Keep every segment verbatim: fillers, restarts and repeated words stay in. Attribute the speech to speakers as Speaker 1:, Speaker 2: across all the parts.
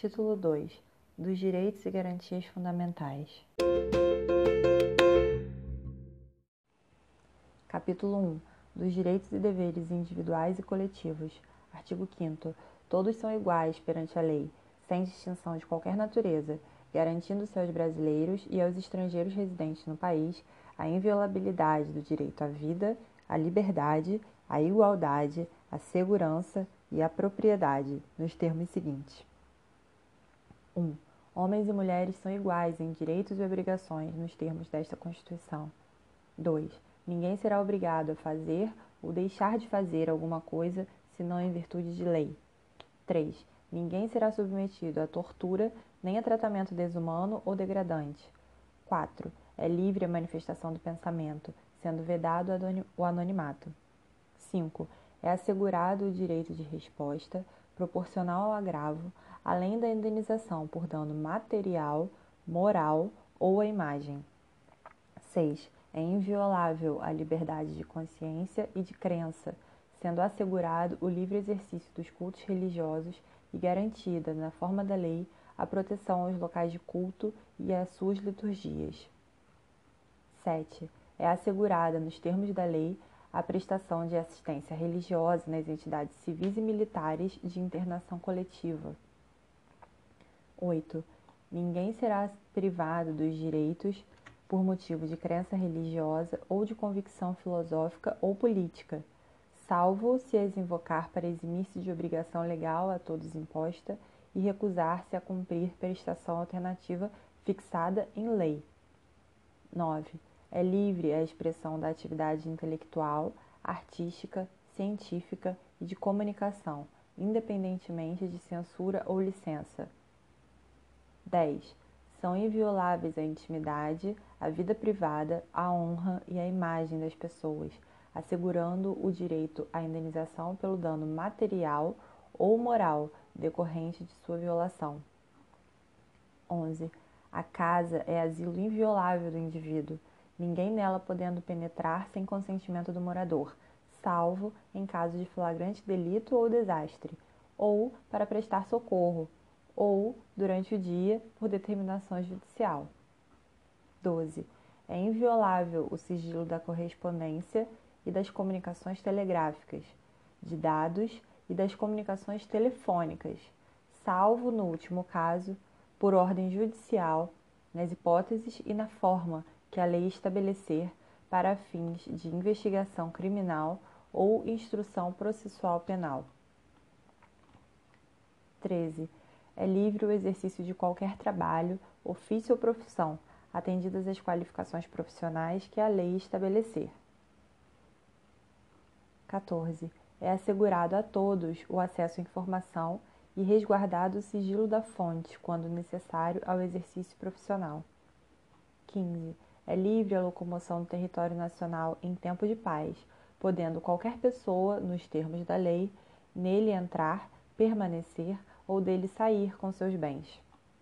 Speaker 1: Título dois. Dos direitos e garantias fundamentais. Capítulo um. Dos direitos e deveres individuais e coletivos. Artigo quinto. Todos são iguais perante a lei, sem distinção de qualquer natureza, garantindo-se aos brasileiros e aos estrangeiros residentes no país a inviolabilidade do direito à vida, à liberdade, à igualdade, à segurança e à propriedade, nos termos seguintes. um. Homens e mulheres são iguais em direitos e obrigações nos termos desta Constituição. dois. Ninguém será obrigado a fazer ou deixar de fazer alguma coisa senão em virtude de lei. três. Ninguém será submetido a tortura nem a tratamento desumano ou degradante. quatro. É livre a manifestação do pensamento, sendo vedado o anonimato. cinco. É assegurado o direito de resposta, proporcional ao agravo, além da indenização por dano material, moral ou à imagem. seis. É inviolável a liberdade de consciência e de crença, sendo assegurado o livre exercício dos cultos religiosos e garantida, na forma da lei, a proteção aos locais de culto e às suas liturgias. sete. É assegurada, nos termos da lei, a prestação de assistência religiosa nas entidades civis e militares de internação coletiva. oito. Ninguém será privado dos direitos por motivo de crença religiosa ou de convicção filosófica ou política, salvo se as invocar para eximir-se de obrigação legal a todos imposta e recusar-se a cumprir prestação alternativa fixada em lei. nove. É livre a expressão da atividade intelectual, artística, científica e de comunicação, independentemente de censura ou licença. dez. São invioláveis a intimidade, a vida privada, a honra e a imagem das pessoas, assegurando o direito à indenização pelo dano material ou moral decorrente de sua violação. onze. A casa é asilo inviolável do indivíduo, ninguém nela podendo penetrar sem consentimento do morador, salvo em caso de flagrante delito ou desastre, ou para prestar socorro, ou, durante o dia, por determinação judicial. doze. É inviolável o sigilo da correspondência e das comunicações telegráficas, de dados e das comunicações telefônicas, salvo, no último caso, por ordem judicial, nas hipóteses e na forma que a lei estabelecer para fins de investigação criminal ou instrução processual penal. treze. É livre o exercício de qualquer trabalho, ofício ou profissão, atendidas as qualificações profissionais que a lei estabelecer. quatorze. É assegurado a todos o acesso à informação e resguardado o sigilo da fonte, quando necessário ao exercício profissional. quinze. É livre a locomoção no território nacional em tempo de paz, podendo qualquer pessoa, nos termos da lei, nele entrar, permanecer ou dele sair com seus bens.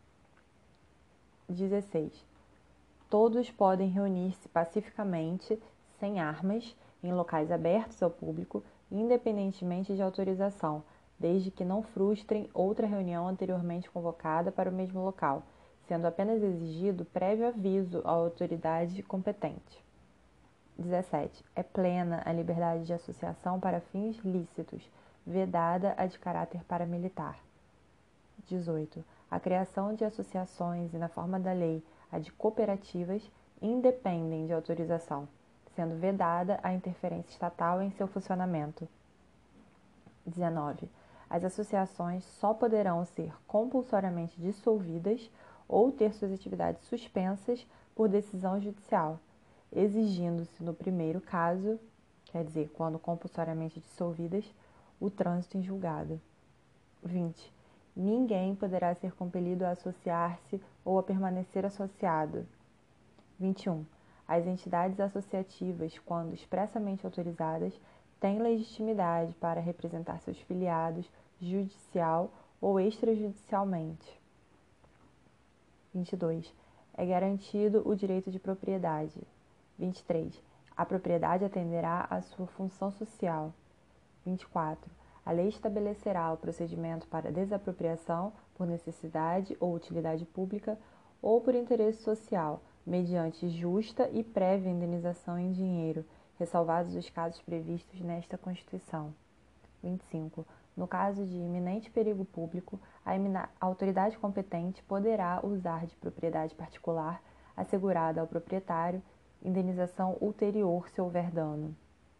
Speaker 1: dezesseis. Todos podem reunir-se pacificamente, sem armas, em locais abertos ao público, independentemente de autorização, desde que não frustrem outra reunião anteriormente convocada para o mesmo local, sendo apenas exigido prévio aviso à autoridade competente. dezessete. É plena a liberdade de associação para fins lícitos, vedada a de caráter paramilitar. dezoito. A criação de associações e, na forma da lei, a de cooperativas, independem de autorização, sendo vedada a interferência estatal em seu funcionamento. dezenove. As associações só poderão ser compulsoriamente dissolvidas ou ter suas atividades suspensas por decisão judicial, exigindo-se, no primeiro caso, quer dizer, quando compulsoriamente dissolvidas, o trânsito em julgado. vinte. Ninguém poderá ser compelido a associar-se ou a permanecer associado. vinte e um. As entidades associativas, quando expressamente autorizadas, têm legitimidade para representar seus filiados judicial ou extrajudicialmente. vinte e dois. É garantido o direito de propriedade. vinte e três. A propriedade atenderá à sua função social. vinte e quatro. A lei estabelecerá o procedimento para desapropriação por necessidade ou utilidade pública ou por interesse social, mediante justa e prévia indenização em dinheiro, ressalvados os casos previstos nesta Constituição. vinte e cinco. No caso de iminente perigo público, a autoridade competente poderá usar de propriedade particular assegurada ao proprietário indenização ulterior se houver dano.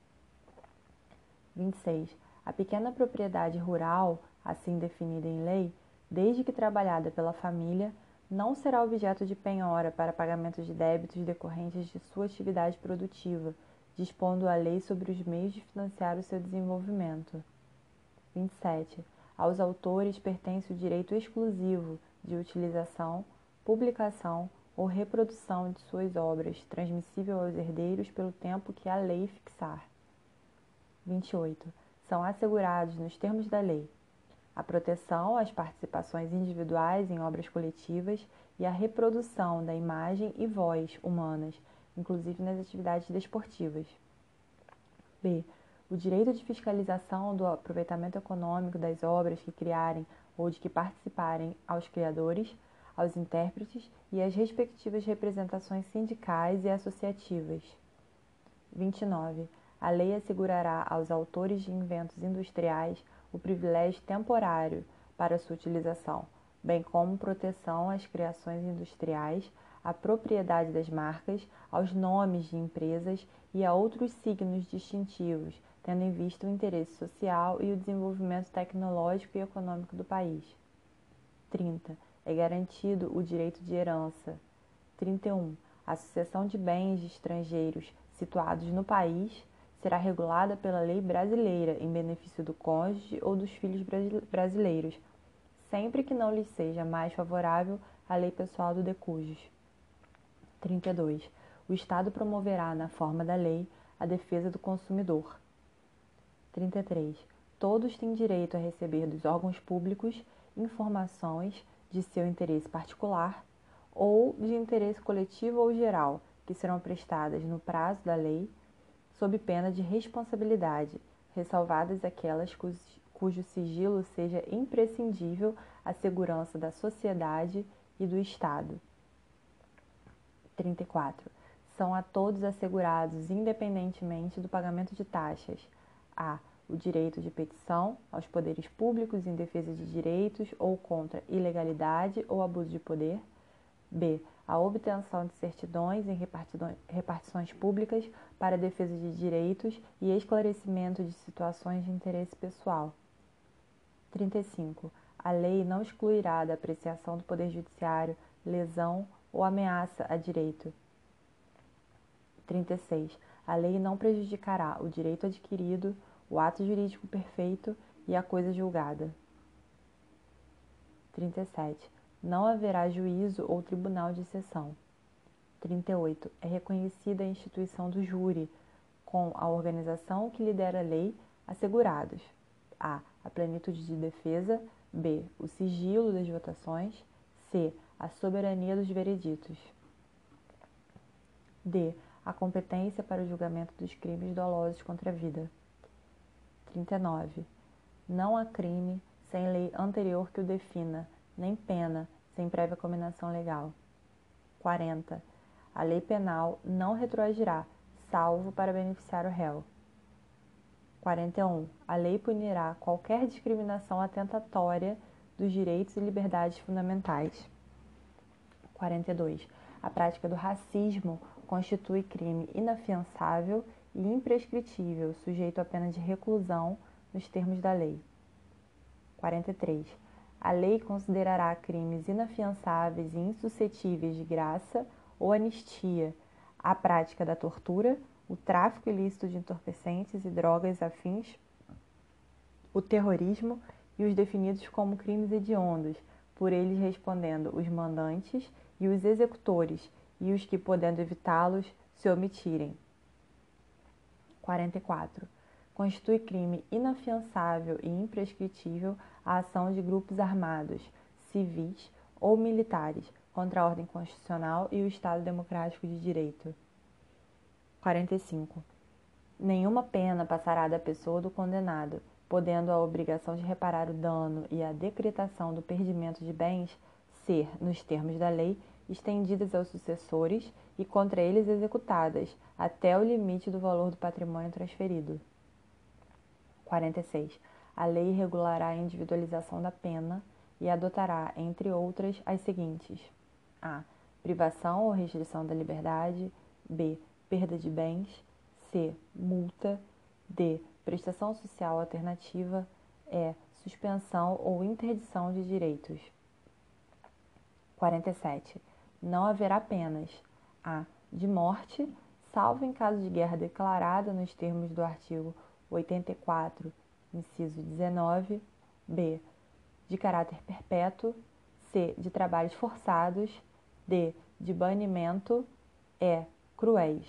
Speaker 1: vinte e seis. A pequena propriedade rural, assim definida em lei, desde que trabalhada pela família, não será objeto de penhora para pagamento de débitos decorrentes de sua atividade produtiva, dispondo a lei sobre os meios de financiar o seu desenvolvimento. vinte e sete. Aos autores pertence o direito exclusivo de utilização, publicação ou reprodução de suas obras, transmissível aos herdeiros pelo tempo que a lei fixar. vinte e oito. São assegurados, nos termos da lei, a proteção às participações individuais em obras coletivas e a reprodução da imagem e voz humanas, inclusive nas atividades desportivas. B. O direito de fiscalização do aproveitamento econômico das obras que criarem ou de que participarem aos criadores, aos intérpretes e às respectivas representações sindicais e associativas. vinte e nove. A lei assegurará aos autores de inventos industriais o privilégio temporário para sua utilização, bem como proteção às criações industriais, à propriedade das marcas, aos nomes de empresas e a outros signos distintivos, tendo em vista o interesse social e o desenvolvimento tecnológico e econômico do país. trinta. É garantido o direito de herança. trinta e um. A sucessão de bens de estrangeiros situados no país será regulada pela lei brasileira em benefício do cônjuge ou dos filhos brasileiros, sempre que não lhes seja mais favorável a lei pessoal do decujus. trinta e dois. O Estado promoverá, na forma da lei, a defesa do consumidor. trinta e três. Todos têm direito a receber dos órgãos públicos informações de seu interesse particular ou de interesse coletivo ou geral, que serão prestadas no prazo da lei, sob pena de responsabilidade, ressalvadas aquelas cujo, cujo sigilo seja imprescindível à segurança da sociedade e do Estado. trinta e quatro. São a todos assegurados, independentemente do pagamento de taxas, a. o direito de petição aos poderes públicos em defesa de direitos ou contra ilegalidade ou abuso de poder, b. a obtenção de certidões em repartições públicas para a defesa de direitos e esclarecimento de situações de interesse pessoal. trinta e cinco. A lei não excluirá da apreciação do Poder Judiciário lesão ou ameaça a direito. trinta e seis. A lei não prejudicará o direito adquirido, o ato jurídico perfeito e a coisa julgada. trinta e sete. Não haverá juízo ou tribunal de exceção. trinta e oito. É reconhecida a instituição do júri, com a organização que lidera a lei assegurados: a. a plenitude de defesa, b. o sigilo das votações, c. a soberania dos vereditos, d. a competência para o julgamento dos crimes dolosos contra a vida. trinta e nove. Não há crime sem lei anterior que o defina, nem pena sem prévia cominação legal. quarenta. A lei penal não retroagirá, salvo para beneficiar o réu. quarenta e um. A lei punirá qualquer discriminação atentatória dos direitos e liberdades fundamentais. quarenta e dois. A prática do racismo constitui crime inafiançável e imprescritível, sujeito à pena de reclusão nos termos da lei. quarenta e três. A lei considerará crimes inafiançáveis e insuscetíveis de graça ou anistia a prática da tortura, o tráfico ilícito de entorpecentes e drogas afins, o terrorismo e os definidos como crimes hediondos, por eles respondendo os mandantes e os executores, e os que, podendo evitá-los, se omitirem. quarenta e quatro. Constitui crime inafiançável e imprescritível a ação de grupos armados, civis ou militares contra a ordem constitucional e o Estado democrático de direito. quarenta e cinco. Nenhuma pena passará da pessoa do condenado, podendo a obrigação de reparar o dano e a decretação do perdimento de bens ser, nos termos da lei, estendidas aos sucessores e contra eles executadas, até o limite do valor do patrimônio transferido. quarenta e seis. A lei regulará a individualização da pena e adotará, entre outras, as seguintes: a. Privação ou restrição da liberdade. B. Perda de bens. C. Multa. D. Prestação social alternativa. E. Suspensão ou interdição de direitos. quarenta e sete. Não haverá penas: a. De morte, salvo em caso de guerra declarada nos termos do artigo oitenta e quatro, inciso dezenove. B. De caráter perpétuo. C. De trabalhos forçados. D. De banimento. E. Cruéis.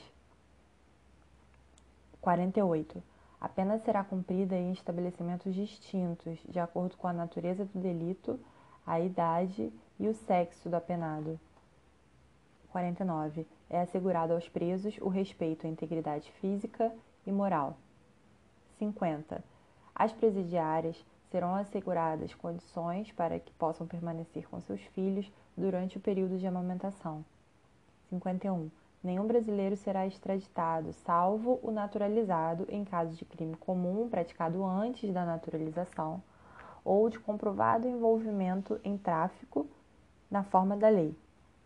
Speaker 1: quarenta e oito. A pena será cumprida em estabelecimentos distintos, de acordo com a natureza do delito, a idade e o sexo do apenado. quarenta e nove. É assegurado aos presos o respeito à integridade física e moral. cinquenta. Às presidiárias serão asseguradas condições para que possam permanecer com seus filhos durante o período de amamentação. cinquenta e um. Nenhum brasileiro será extraditado, salvo o naturalizado, em caso de crime comum praticado antes da naturalização ou de comprovado envolvimento em tráfico na forma da lei.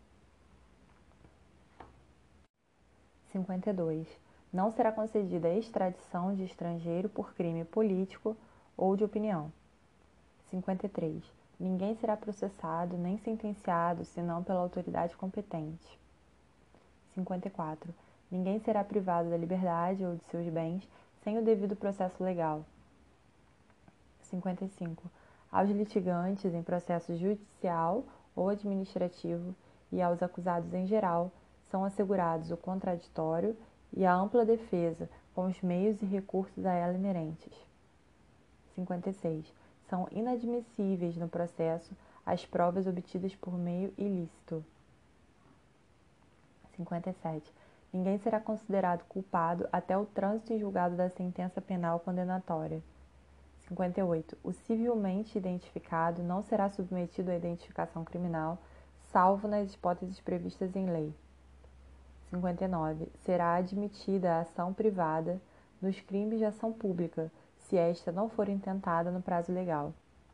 Speaker 1: cinquenta e dois. Não será concedida a extradição de estrangeiro por crime político ou de opinião. cinquenta e três. Ninguém será processado nem sentenciado senão pela autoridade competente. cinquenta e quatro. Ninguém será privado da liberdade ou de seus bens sem o devido processo legal. cinquenta e cinco. Aos litigantes em processo judicial ou administrativo e aos acusados em geral são assegurados o contraditório e a ampla defesa com os meios e recursos a ela inerentes. cinquenta e seis. São inadmissíveis no processo as provas obtidas por meio ilícito. cinquenta e sete. Ninguém será considerado culpado até o trânsito em julgado da sentença penal condenatória. cinquenta e oito. O civilmente identificado não será submetido à identificação criminal, salvo nas hipóteses previstas em lei. cinquenta e nove. Será admitida a ação privada nos crimes de ação pública, se esta não for intentada no prazo legal.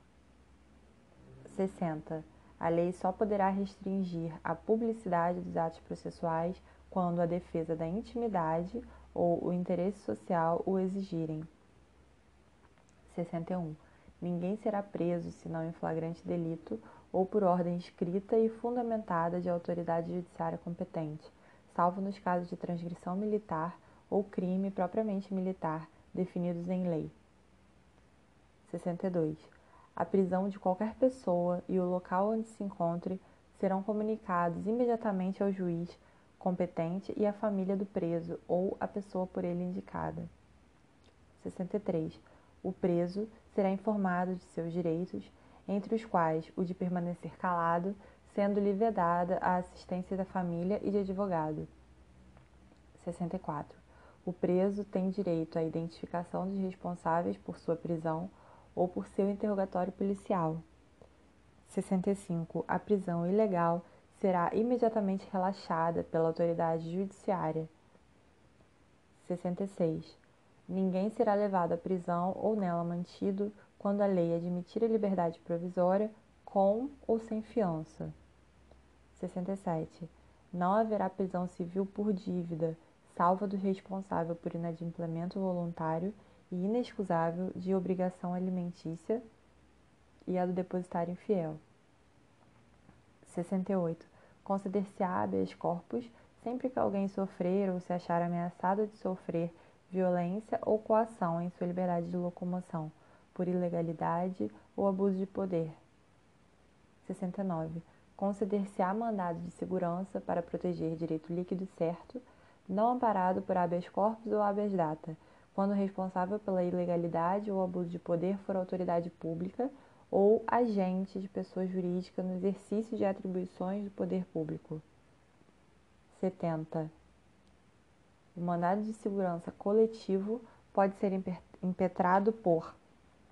Speaker 1: sessenta. A lei só poderá restringir a publicidade dos atos processuais quando a defesa da intimidade ou o interesse social o exigirem. sessenta e um. Ninguém será preso senão em flagrante delito ou por ordem escrita e fundamentada de autoridade judiciária competente, salvo nos casos de transgressão militar ou crime propriamente militar definidos em lei. sessenta e dois. A prisão de qualquer pessoa e o local onde se encontre serão comunicados imediatamente ao juiz competente e à família do preso ou à pessoa por ele indicada. sessenta e três. O preso será informado de seus direitos, entre os quais o de permanecer calado, sendo-lhe vedada a assistência da família e de advogado. sessenta e quatro. O preso tem direito à identificação dos responsáveis por sua prisão ou por seu interrogatório policial. sessenta e cinco. A prisão ilegal será imediatamente relaxada pela autoridade judiciária. sessenta e seis. Ninguém será levado à prisão ou nela mantido quando a lei admitir a liberdade provisória com ou sem fiança. sessenta e sete. Não haverá prisão civil por dívida, salvo a do responsável por inadimplemento voluntário e inexcusável de obrigação alimentícia e a do depositário infiel. sessenta e oito. Conceder-se-á habeas corpus sempre que alguém sofrer ou se achar ameaçado de sofrer violência ou coação em sua liberdade de locomoção, por ilegalidade ou abuso de poder. sessenta e nove. Conceder-se-á mandado de segurança para proteger direito líquido e certo, não amparado por habeas corpus ou habeas data, quando o responsável pela ilegalidade ou abuso de poder for autoridade pública ou agente de pessoa jurídica no exercício de atribuições do poder público. setenta. O mandado de segurança coletivo pode ser impetrado por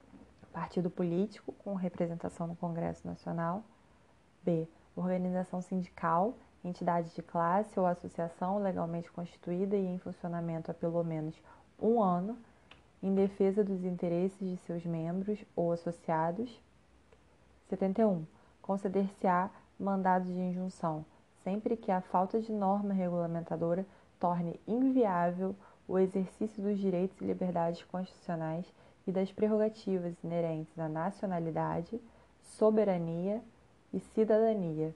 Speaker 1: Partido político com representação no Congresso Nacional. B. Organização sindical, entidade de classe ou associação legalmente constituída e em funcionamento há pelo menos um ano, em defesa dos interesses de seus membros ou associados. setenta e um. Conceder-se-á mandado de injunção, sempre que a falta de norma regulamentadora torne inviável o exercício dos direitos e liberdades constitucionais e das prerrogativas inerentes à nacionalidade, soberania e cidadania.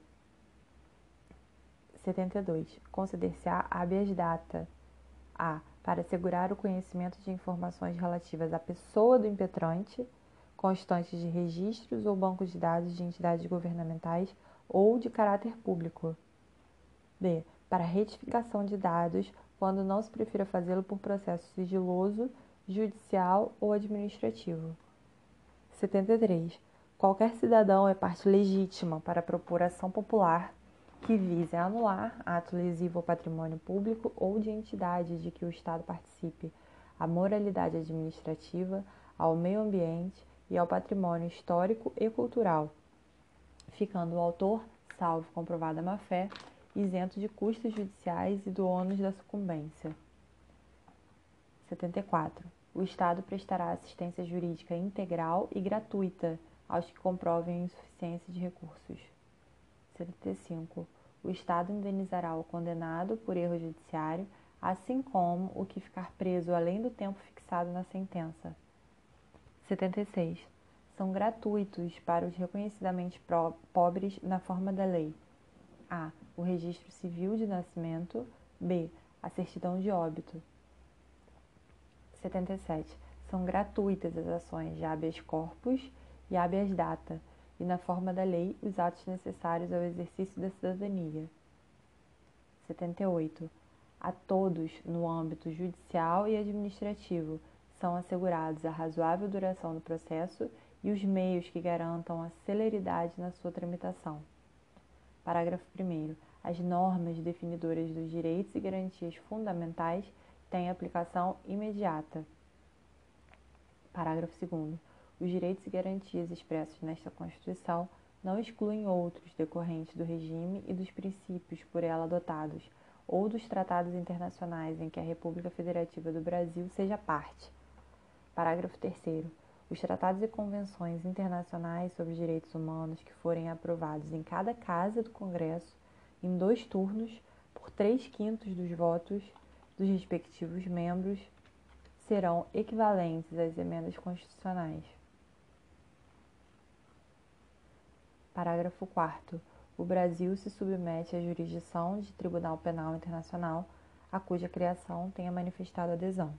Speaker 1: setenta e dois. Conceder-se-á habeas data a. Para assegurar o conhecimento de informações relativas à pessoa do impetrante, constantes de registros ou bancos de dados de entidades governamentais ou de caráter público. B. Para retificação de dados, quando não se prefira fazê-lo por processo sigiloso, judicial ou administrativo. setenta e três. Qualquer cidadão é parte legítima para propor ação popular que vise anular ato lesivo ao patrimônio público ou de entidade de que o Estado participe, à moralidade administrativa, ao meio ambiente e ao patrimônio histórico e cultural, ficando o autor, salvo comprovada má-fé, isento de custos judiciais e do ônus da sucumbência. setenta e quatro. O Estado prestará assistência jurídica integral e gratuita aos que comprovem a insuficiência de recursos. setenta e cinco. O Estado indenizará o condenado por erro judiciário, assim como o que ficar preso além do tempo fixado na sentença. setenta e seis. São gratuitos para os reconhecidamente pobres na forma da lei: a. O registro civil de nascimento. B. A certidão de óbito. setenta e sete. São gratuitas as ações de habeas corpus e habeas data, e na forma da lei os atos necessários ao exercício da cidadania. setenta e oito. A todos, no âmbito judicial e administrativo, são assegurados a razoável duração do processo e os meios que garantam a celeridade na sua tramitação. Parágrafo primeiro. As normas definidoras dos direitos e garantias fundamentais têm aplicação imediata. Parágrafo segundo. Os direitos e garantias expressos nesta Constituição não excluem outros decorrentes do regime e dos princípios por ela adotados, ou dos tratados internacionais em que a República Federativa do Brasil seja parte. Parágrafo terceiro. Os tratados e convenções internacionais sobre direitos humanos que forem aprovados em cada casa do Congresso, em dois turnos, por três quintos dos votos dos respectivos membros, serão equivalentes às emendas constitucionais. Parágrafo quarto. O Brasil se submete à jurisdição de Tribunal Penal Internacional, a cuja criação tenha manifestado adesão.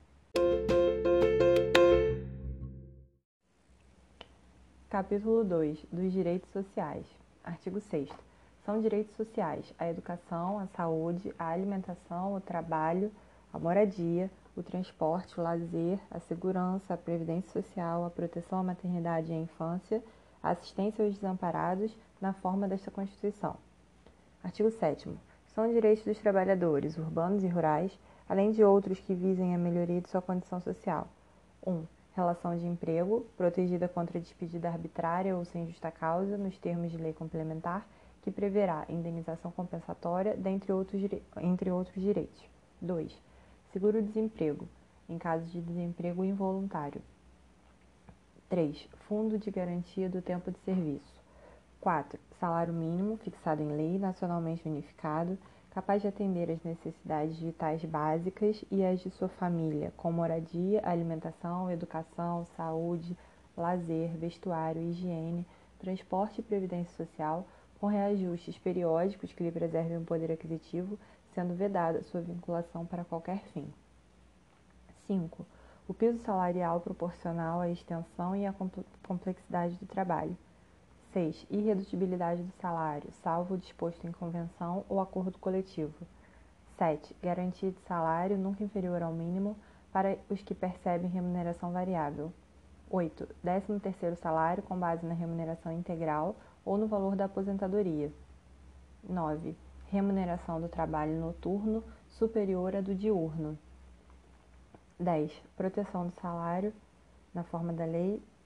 Speaker 1: Capítulo dois. Dos direitos sociais. Artigo sexto. São direitos sociais a educação, a saúde, a alimentação, o trabalho, a moradia, o transporte, o lazer, a segurança, a previdência social, a proteção à maternidade e à infância, a assistência aos desamparados, na forma desta Constituição. Artigo sétimo. São direitos dos trabalhadores, urbanos e rurais, além de outros que visem a melhoria de sua condição social. um. Relação de emprego, protegida contra despedida arbitrária ou sem justa causa, nos termos de lei complementar, que preverá indenização compensatória, dentre outros, entre outros direitos. dois. Seguro-desemprego, em caso de desemprego involuntário. três. Fundo de garantia do tempo de serviço. quatro. Salário mínimo, fixado em lei, nacionalmente unificado, capaz de atender às necessidades vitais básicas e as de sua família, com moradia, alimentação, educação, saúde, lazer, vestuário, higiene, transporte e previdência social, com reajustes periódicos que lhe preservem o poder aquisitivo, sendo vedada sua vinculação para qualquer fim. cinco. O piso salarial proporcional à extensão e à complexidade do trabalho. seis. Irredutibilidade do salário, salvo o disposto em convenção ou acordo coletivo. sete. Garantia de salário nunca inferior ao mínimo para os que percebem remuneração variável. oito. Décimo terceiro salário com base na remuneração integral ou no valor da aposentadoria. nove. Remuneração do trabalho noturno superior à do diurno. dez. Proteção do salário, na forma da lei,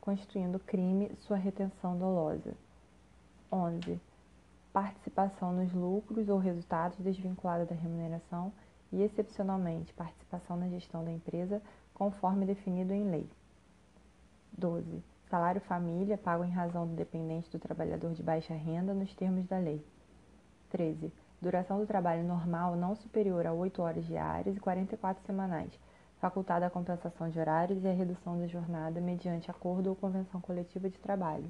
Speaker 1: constituindo crime sua retenção dolosa. onze. Participação nos lucros ou resultados desvinculada da remuneração e, excepcionalmente, participação na gestão da empresa, conforme definido em lei. doze. Salário família pago em razão do dependente do trabalhador de baixa renda nos termos da lei. treze. Duração do trabalho normal não superior a oito horas diárias e quarenta e quatro semanais, facultada a compensação de horários e a redução da jornada mediante acordo ou convenção coletiva de trabalho.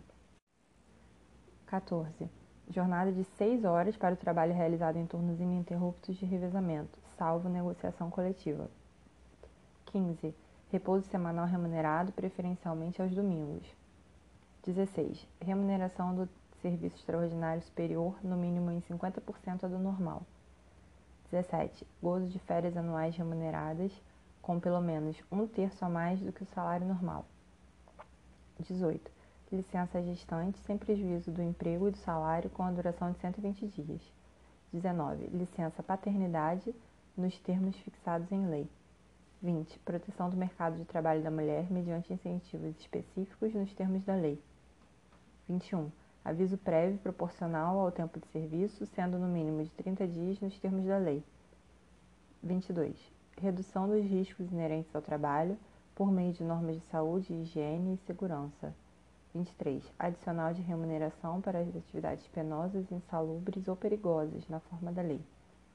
Speaker 1: quatorze. Jornada de seis horas para o trabalho realizado em turnos ininterruptos de revezamento, salvo negociação coletiva. quinze. Repouso semanal remunerado, preferencialmente aos domingos. dezesseis. Remuneração do serviço extraordinário superior, no mínimo em cinquenta por cento a do normal. dezessete. Gozo de férias anuais remuneradas, com pelo menos um terço a mais do que o salário normal. dezoito. Licença gestante sem prejuízo do emprego e do salário com a duração de cento e vinte dias. dezenove. Licença paternidade nos termos fixados em lei. vinte. Proteção do mercado de trabalho da mulher mediante incentivos específicos nos termos da lei. vinte e um. Aviso prévio proporcional ao tempo de serviço, sendo no mínimo de trinta dias nos termos da lei. vinte e dois. Redução dos riscos inerentes ao trabalho por meio de normas de saúde, higiene e segurança. vinte e três. Adicional de remuneração para as atividades penosas, insalubres ou perigosas, na forma da lei.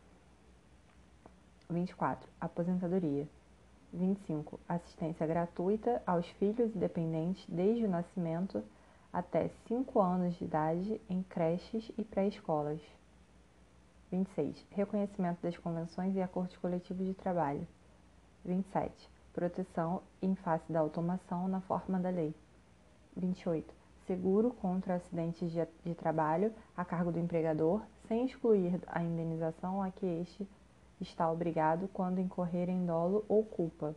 Speaker 1: vinte e quatro. Aposentadoria. vinte e cinco. Assistência gratuita aos filhos e dependentes desde o nascimento até cinco anos de idade em creches e pré-escolas. vinte e seis. Reconhecimento das convenções e acordos coletivos de trabalho. vinte e sete. Proteção em face da automação na forma da lei. vinte e oito. Seguro contra acidentes de, de trabalho a cargo do empregador, sem excluir a indenização a que este está obrigado quando incorrer em dolo ou culpa.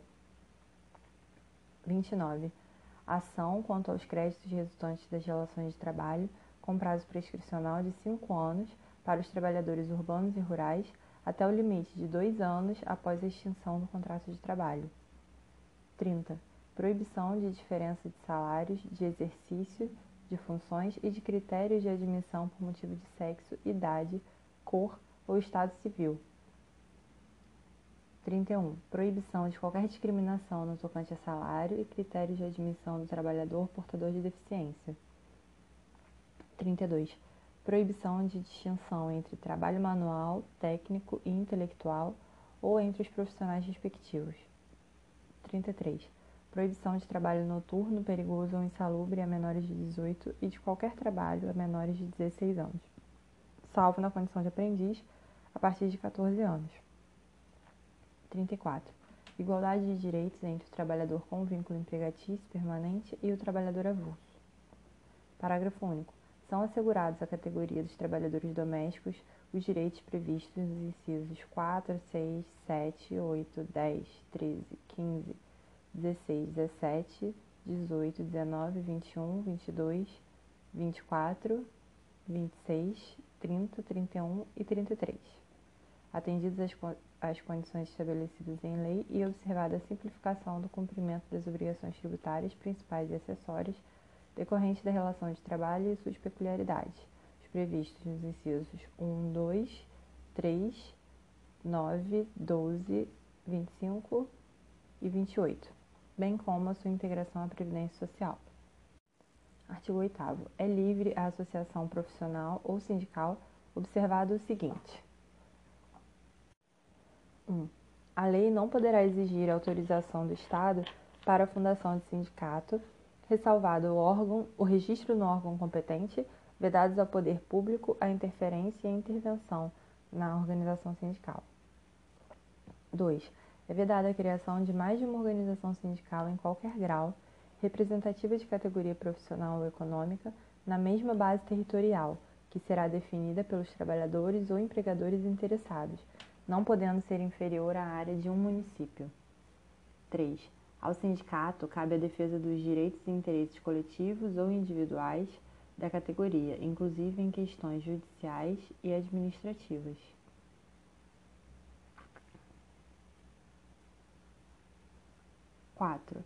Speaker 1: vinte e nove. Ação quanto aos créditos resultantes das relações de trabalho, com prazo prescricional de cinco anos para os trabalhadores urbanos e rurais, até o limite de dois anos após a extinção do contrato de trabalho. trinta. Proibição de diferença de salários, de exercício de funções e de critérios de admissão por motivo de sexo, idade, cor ou estado civil. trinta e um. Proibição de qualquer discriminação no tocante a salário e critérios de admissão do trabalhador portador de deficiência. trinta e dois. Proibição de distinção entre trabalho manual, técnico e intelectual ou entre os profissionais respectivos. trinta e três. Proibição de trabalho noturno, perigoso ou insalubre a menores de dezoito e de qualquer trabalho a menores de dezesseis anos, salvo na condição de aprendiz a partir de quatorze anos. trinta e quatro. Igualdade de direitos entre o trabalhador com vínculo empregatício permanente e o trabalhador avulso. Parágrafo único. São assegurados à categoria dos trabalhadores domésticos os direitos previstos nos incisos quatro, seis, sete, oito, dez, treze, quinze, dezesseis, dezessete, dezoito, dezenove, vinte e um, vinte e dois, vinte e quatro, vinte e seis, trinta, trinta e um e trinta e três. Atendidas as, as condições estabelecidas em lei e observada a simplificação do cumprimento das obrigações tributárias principais e acessórias decorrentes da relação de trabalho e suas peculiaridades, os previstos nos incisos um, dois, três, nove, doze, vinte e cinco e vinte e oito, bem como a sua integração à Previdência Social. Artigo oitavo. É livre a associação profissional ou sindical, observado o seguinte. um. A lei não poderá exigir autorização do Estado para a fundação de sindicato, ressalvado o órgão, o registro no órgão competente, vedados ao poder público a interferência e a intervenção na organização sindical. dois. É vedada a criação de mais de uma organização sindical em qualquer grau, representativa de categoria profissional ou econômica, na mesma base territorial, que será definida pelos trabalhadores ou empregadores interessados, não podendo ser inferior à área de um município. três. Ao sindicato cabe a defesa dos direitos e interesses coletivos ou individuais da categoria, inclusive em questões judiciais e administrativas. quatro.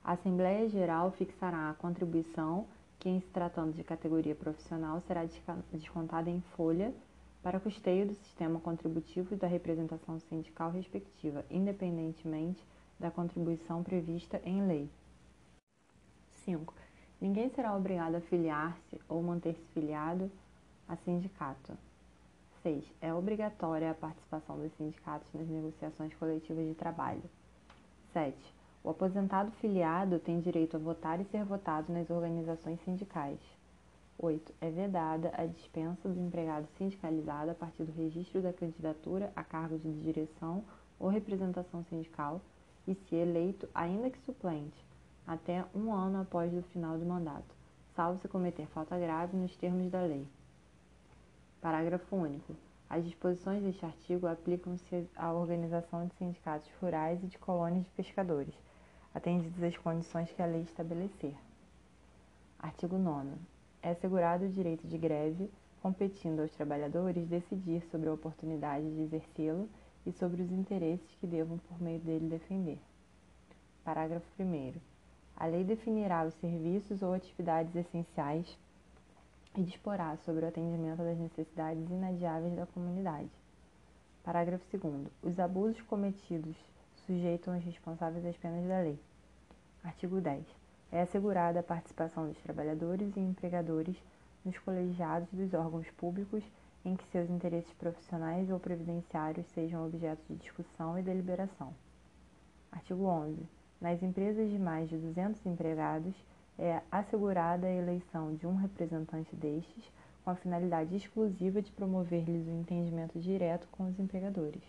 Speaker 1: A Assembleia Geral fixará a contribuição que, em se tratando de categoria profissional, será descontada em folha para custeio do sistema contributivo e da representação sindical respectiva, independentemente da contribuição prevista em lei. cinco. Ninguém será obrigado a filiar-se ou manter-se filiado a sindicato. seis. É obrigatória a participação dos sindicatos nas negociações coletivas de trabalho. sete. O aposentado filiado tem direito a votar e ser votado nas organizações sindicais. oito. É vedada a dispensa do empregado sindicalizado a partir do registro da candidatura a cargo de direção ou representação sindical e, se eleito, ainda que suplente, até um ano após o final do mandato, salvo se cometer falta grave nos termos da lei. Parágrafo único. As disposições deste artigo aplicam-se à organização de sindicatos rurais e de colônias de pescadores, atendidas as condições que a lei estabelecer. Artigo nono. É assegurado o direito de greve, competindo aos trabalhadores decidir sobre a oportunidade de exercê-lo e sobre os interesses que devam por meio dele defender. Parágrafo primeiro. A lei definirá os serviços ou atividades essenciais e disporá sobre o atendimento das necessidades inadiáveis da comunidade. Parágrafo segundo. Os abusos cometidos sujeitam os responsáveis às penas da lei. Artigo dez. É assegurada a participação dos trabalhadores e empregadores nos colegiados dos órgãos públicos em que seus interesses profissionais ou previdenciários sejam objeto de discussão e deliberação. Artigo onze. Nas empresas de mais de duzentos empregados, é assegurada a eleição de um representante destes, com a finalidade exclusiva de promover-lhes o entendimento direto com os empregadores.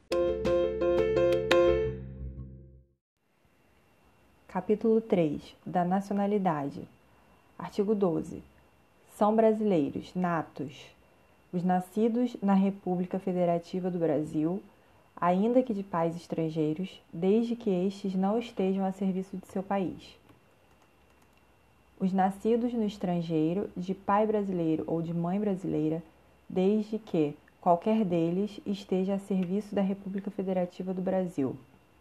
Speaker 1: Capítulo três. Da nacionalidade. Artigo doze. São brasileiros, natos, os nascidos na República Federativa do Brasil, ainda que de pais estrangeiros, desde que estes não estejam a serviço de seu país. Os nascidos no estrangeiro, de pai brasileiro ou de mãe brasileira, desde que qualquer deles esteja a serviço da República Federativa do Brasil.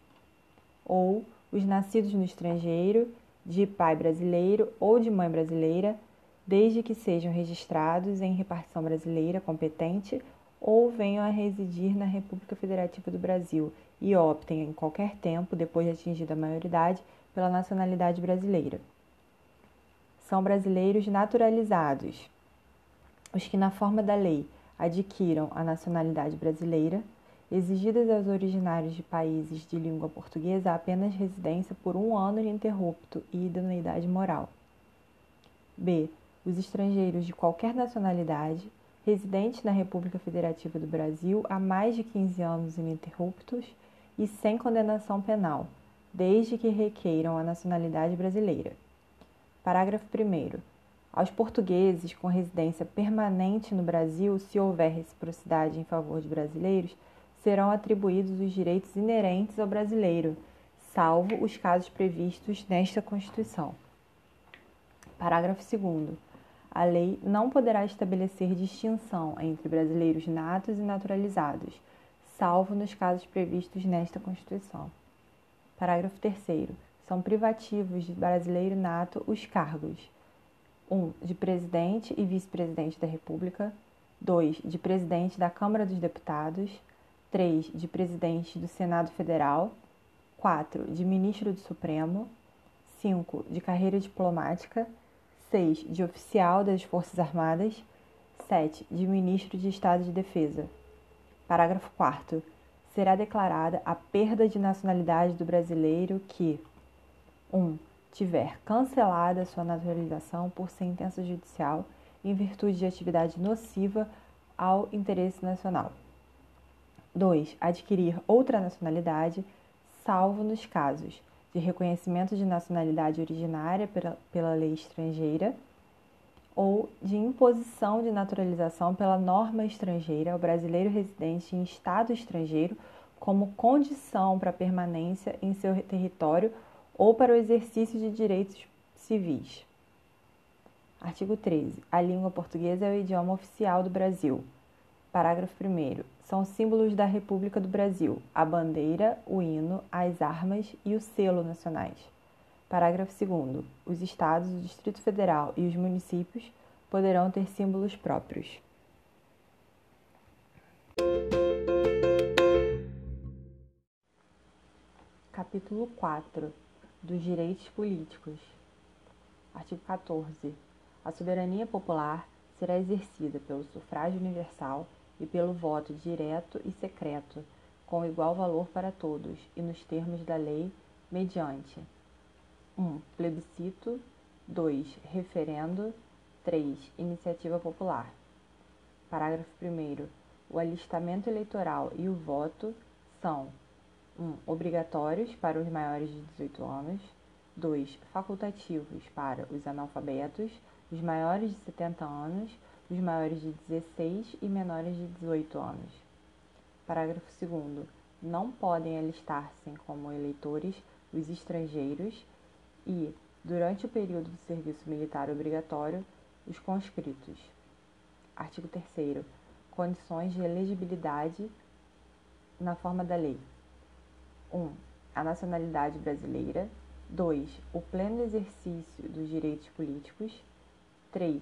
Speaker 1: Ou os nascidos no estrangeiro, de pai brasileiro ou de mãe brasileira, desde que sejam registrados em repartição brasileira competente ou venham a residir na República Federativa do Brasil e optem em qualquer tempo, depois de atingida a maioridade, pela nacionalidade brasileira. São brasileiros naturalizados os que, na forma da lei, adquiram a nacionalidade brasileira, exigidas aos originários de países de língua portuguesa apenas residência por um ano ininterrupto e idoneidade moral. B. Os estrangeiros de qualquer nacionalidade, residentes na República Federativa do Brasil há mais de quinze anos ininterruptos e sem condenação penal, desde que requeiram a nacionalidade brasileira. Parágrafo primeiro. Aos portugueses com residência permanente no Brasil, se houver reciprocidade em favor de brasileiros, serão atribuídos os direitos inerentes ao brasileiro, salvo os casos previstos nesta Constituição. Parágrafo segundo. A lei não poderá estabelecer distinção entre brasileiros natos e naturalizados, salvo nos casos previstos nesta Constituição. Parágrafo terceiro. São privativos de brasileiro nato os cargos: um. De presidente e vice-presidente da República. dois. De presidente da Câmara dos Deputados. três. De presidente do Senado Federal. quatro. De ministro do Supremo. cinco. De carreira diplomática. seis. De oficial das Forças Armadas. sete. De ministro de Estado de Defesa. Parágrafo quarto. Será declarada a perda de nacionalidade do brasileiro que um. Tiver cancelada sua naturalização por sentença judicial em virtude de atividade nociva ao interesse nacional. dois. Adquirir outra nacionalidade, salvo nos casos de reconhecimento de nacionalidade originária pela, pela lei estrangeira ou de imposição de naturalização pela norma estrangeira ao brasileiro residente em estado estrangeiro como condição para permanência em seu território ou para o exercício de direitos civis. Artigo treze. A língua portuguesa é o idioma oficial do Brasil. Parágrafo primeiro. São símbolos da República do Brasil a bandeira, o hino, as armas e o selo nacionais. Parágrafo segundo. Os estados, o Distrito Federal e os municípios poderão ter símbolos próprios. Capítulo quatro. Dos direitos políticos. Artigo quatorze. A soberania popular será exercida pelo sufrágio universal e pelo voto direto e secreto, com igual valor para todos e nos termos da lei, mediante um. Plebiscito. dois. Referendo. três. Iniciativa popular. Parágrafo primeiro. O alistamento eleitoral e o voto são um. Obrigatórios para os maiores de dezoito anos. dois. Facultativos para os analfabetos, os maiores de setenta anos, os maiores de dezesseis e menores de dezoito anos. Parágrafo segundo. Não podem alistar-se como eleitores os estrangeiros e, durante o período do serviço militar obrigatório, os conscritos. Artigo terceiro. Condições de elegibilidade na forma da lei. um. A nacionalidade brasileira. dois. O pleno exercício dos direitos políticos. três.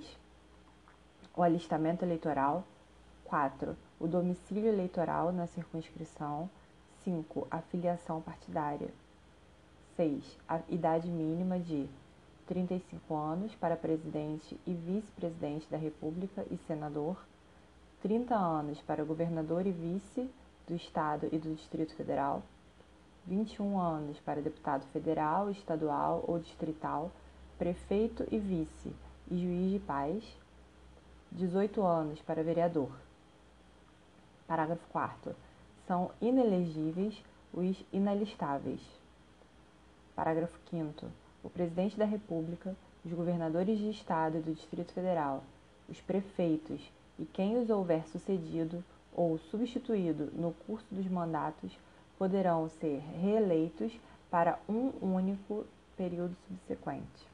Speaker 1: O alistamento eleitoral. quatro. O domicílio eleitoral na circunscrição. cinco. A filiação partidária. seis. A idade mínima de trinta e cinco anos para presidente e vice-presidente da República e senador. trinta anos para governador e vice do Estado e do Distrito Federal. vinte e um anos para deputado federal, estadual ou distrital, prefeito e vice e juiz de paz. dezoito anos para vereador. Parágrafo quarto. São inelegíveis os inalistáveis. Parágrafo quinto. O presidente da República, os governadores de Estado e do Distrito Federal, os prefeitos e quem os houver sucedido ou substituído no curso dos mandatos poderão ser reeleitos para um único período subsequente.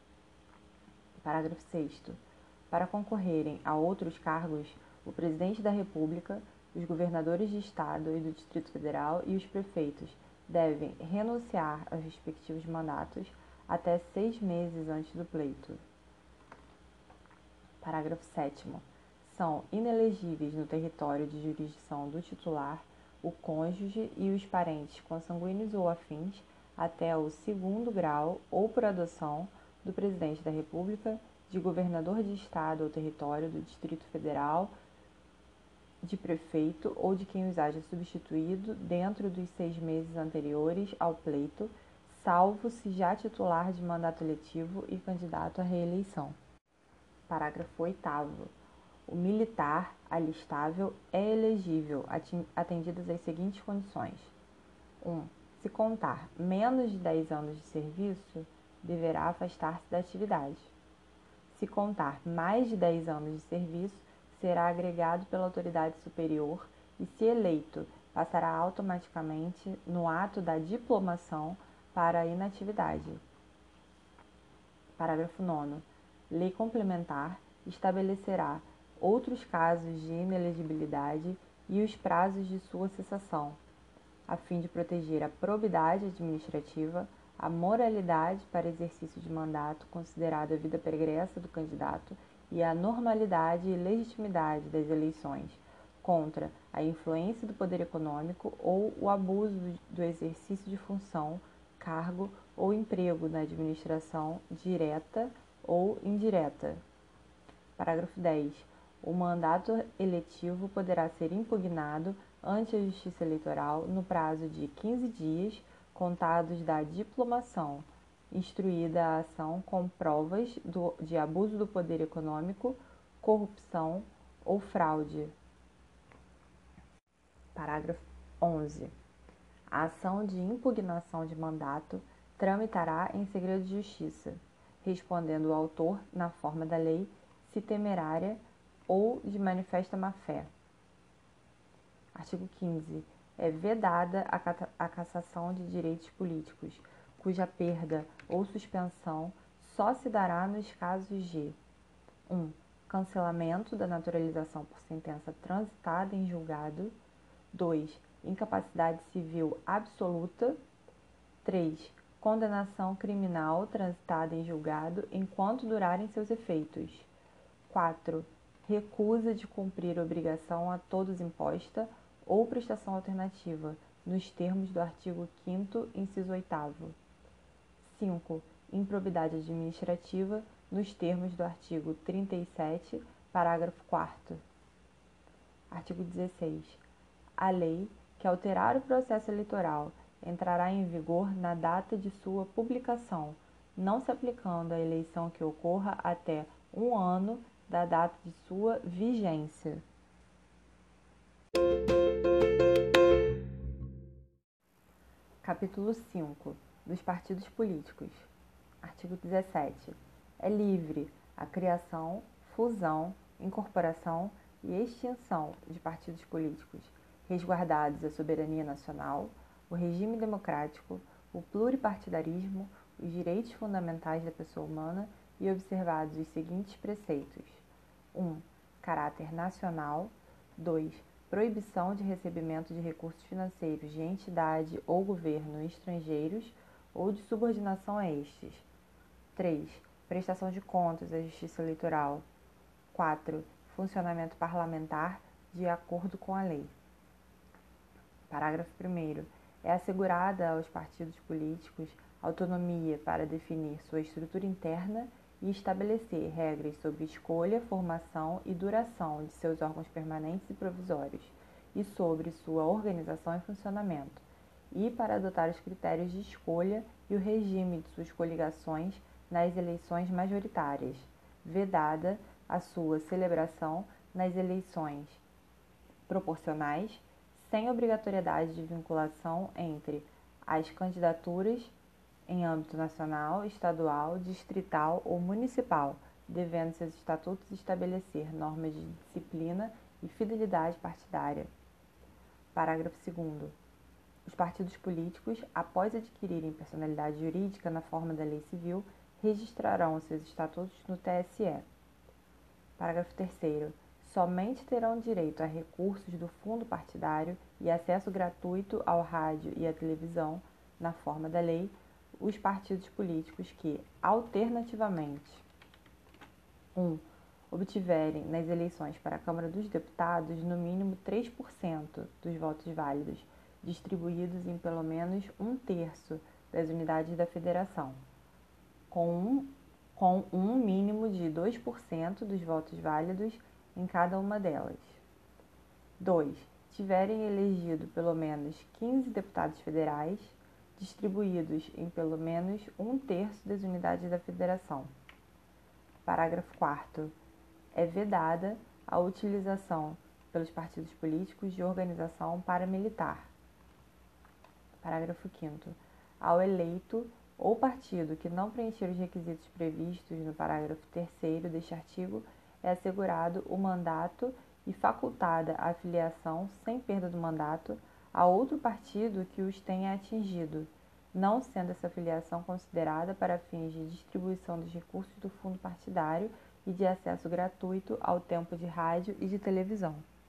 Speaker 1: Parágrafo sexto. Para concorrerem a outros cargos, o presidente da República, os governadores de Estado e do Distrito Federal e os prefeitos devem renunciar aos respectivos mandatos até seis meses antes do pleito. Parágrafo sétimo. São inelegíveis no território de jurisdição do titular o cônjuge e os parentes consanguíneos ou afins até o segundo grau ou por adoção do presidente da República, de governador de estado ou território do Distrito Federal, de prefeito ou de quem os haja substituído dentro dos seis meses anteriores ao pleito, salvo se já titular de mandato eletivo e candidato à reeleição. Parágrafo oitavo. O militar alistável é elegível, atendidas as seguintes condições. um. Se contar menos de dez anos de serviço, deverá afastar-se da atividade. Se contar mais de dez anos de serviço, será agregado pela autoridade superior e, se eleito, passará automaticamente no ato da diplomação para a inatividade. Parágrafo nono. Lei complementar estabelecerá outros casos de inelegibilidade e os prazos de sua cessação, a fim de proteger a probidade administrativa, a moralidade para exercício de mandato, considerado a vida pregressa do candidato, e a normalidade e legitimidade das eleições, contra a influência do poder econômico ou o abuso do exercício de função, cargo ou emprego na administração direta ou indireta. Parágrafo dez. O mandato eletivo poderá ser impugnado ante a Justiça Eleitoral no prazo de quinze dias, contados da diplomação, instruída a ação com provas do, de abuso do poder econômico, corrupção ou fraude. Parágrafo onze. A ação de impugnação de mandato tramitará em segredo de justiça, respondendo o autor, na forma da lei, se temerária ou de manifesta má-fé. Artigo quinze. É vedada a cassação de direitos políticos, cuja perda ou suspensão só se dará nos casos de um. Cancelamento da naturalização por sentença transitada em julgado. dois. Incapacidade civil absoluta. três. condenação criminal transitada em julgado enquanto durarem seus efeitos. quatro. Recusa de cumprir obrigação a todos imposta ou prestação alternativa, nos termos do artigo quinto, inciso oitavo. cinco. Improbidade administrativa, nos termos do artigo trinta e sete, parágrafo quarto. Artigo dezesseis. A lei que alterar o processo eleitoral entrará em vigor na data de sua publicação, não se aplicando à eleição que ocorra até um ano da data de sua vigência. Capítulo cinco. Dos partidos políticos. Artigo dezessete. É livre a criação, fusão, incorporação e extinção de partidos políticos, resguardados a soberania nacional, o regime democrático, o pluripartidarismo, os direitos fundamentais da pessoa humana e observados os seguintes preceitos: um. Caráter nacional. dois. Proibição de recebimento de recursos financeiros de entidade ou governo estrangeiros ou de subordinação a estes. três. Prestação de contas à Justiça Eleitoral. quatro. Funcionamento parlamentar de acordo com a lei. Parágrafo primeiro. É assegurada aos partidos políticos autonomia para definir sua estrutura interna e estabelecer regras sobre escolha, formação e duração de seus órgãos permanentes e provisórios, e sobre sua organização e funcionamento, e para adotar os critérios de escolha e o regime de suas coligações nas eleições majoritárias, vedada a sua celebração nas eleições proporcionais, sem obrigatoriedade de vinculação entre as candidaturas em âmbito nacional, estadual, distrital ou municipal, devendo seus estatutos estabelecer normas de disciplina e fidelidade partidária. Parágrafo segundo. Os partidos políticos, após adquirirem personalidade jurídica na forma da lei civil, registrarão seus estatutos no T S E. Parágrafo terceiro. Somente terão direito a recursos do fundo partidário e acesso gratuito ao rádio e à televisão, na forma da lei, os partidos políticos que, alternativamente, um. obtiverem nas eleições para a Câmara dos Deputados no mínimo três por cento dos votos válidos, distribuídos em pelo menos um terço das unidades da federação, com um, com um mínimo de dois por cento dos votos válidos em cada uma delas. dois. Tiverem elegido pelo menos quinze deputados federais, distribuídos em pelo menos um terço das unidades da federação. Parágrafo quarto. É vedada a utilização pelos partidos políticos de organização paramilitar. Parágrafo quinto. Ao eleito ou partido que não preencher os requisitos previstos no parágrafo terceiro deste artigo, é assegurado o mandato e facultada a filiação, sem perda do mandato, a outro partido que os tenha atingido, não sendo essa filiação considerada para fins de distribuição dos recursos do fundo partidário e de acesso gratuito ao tempo de rádio e de televisão.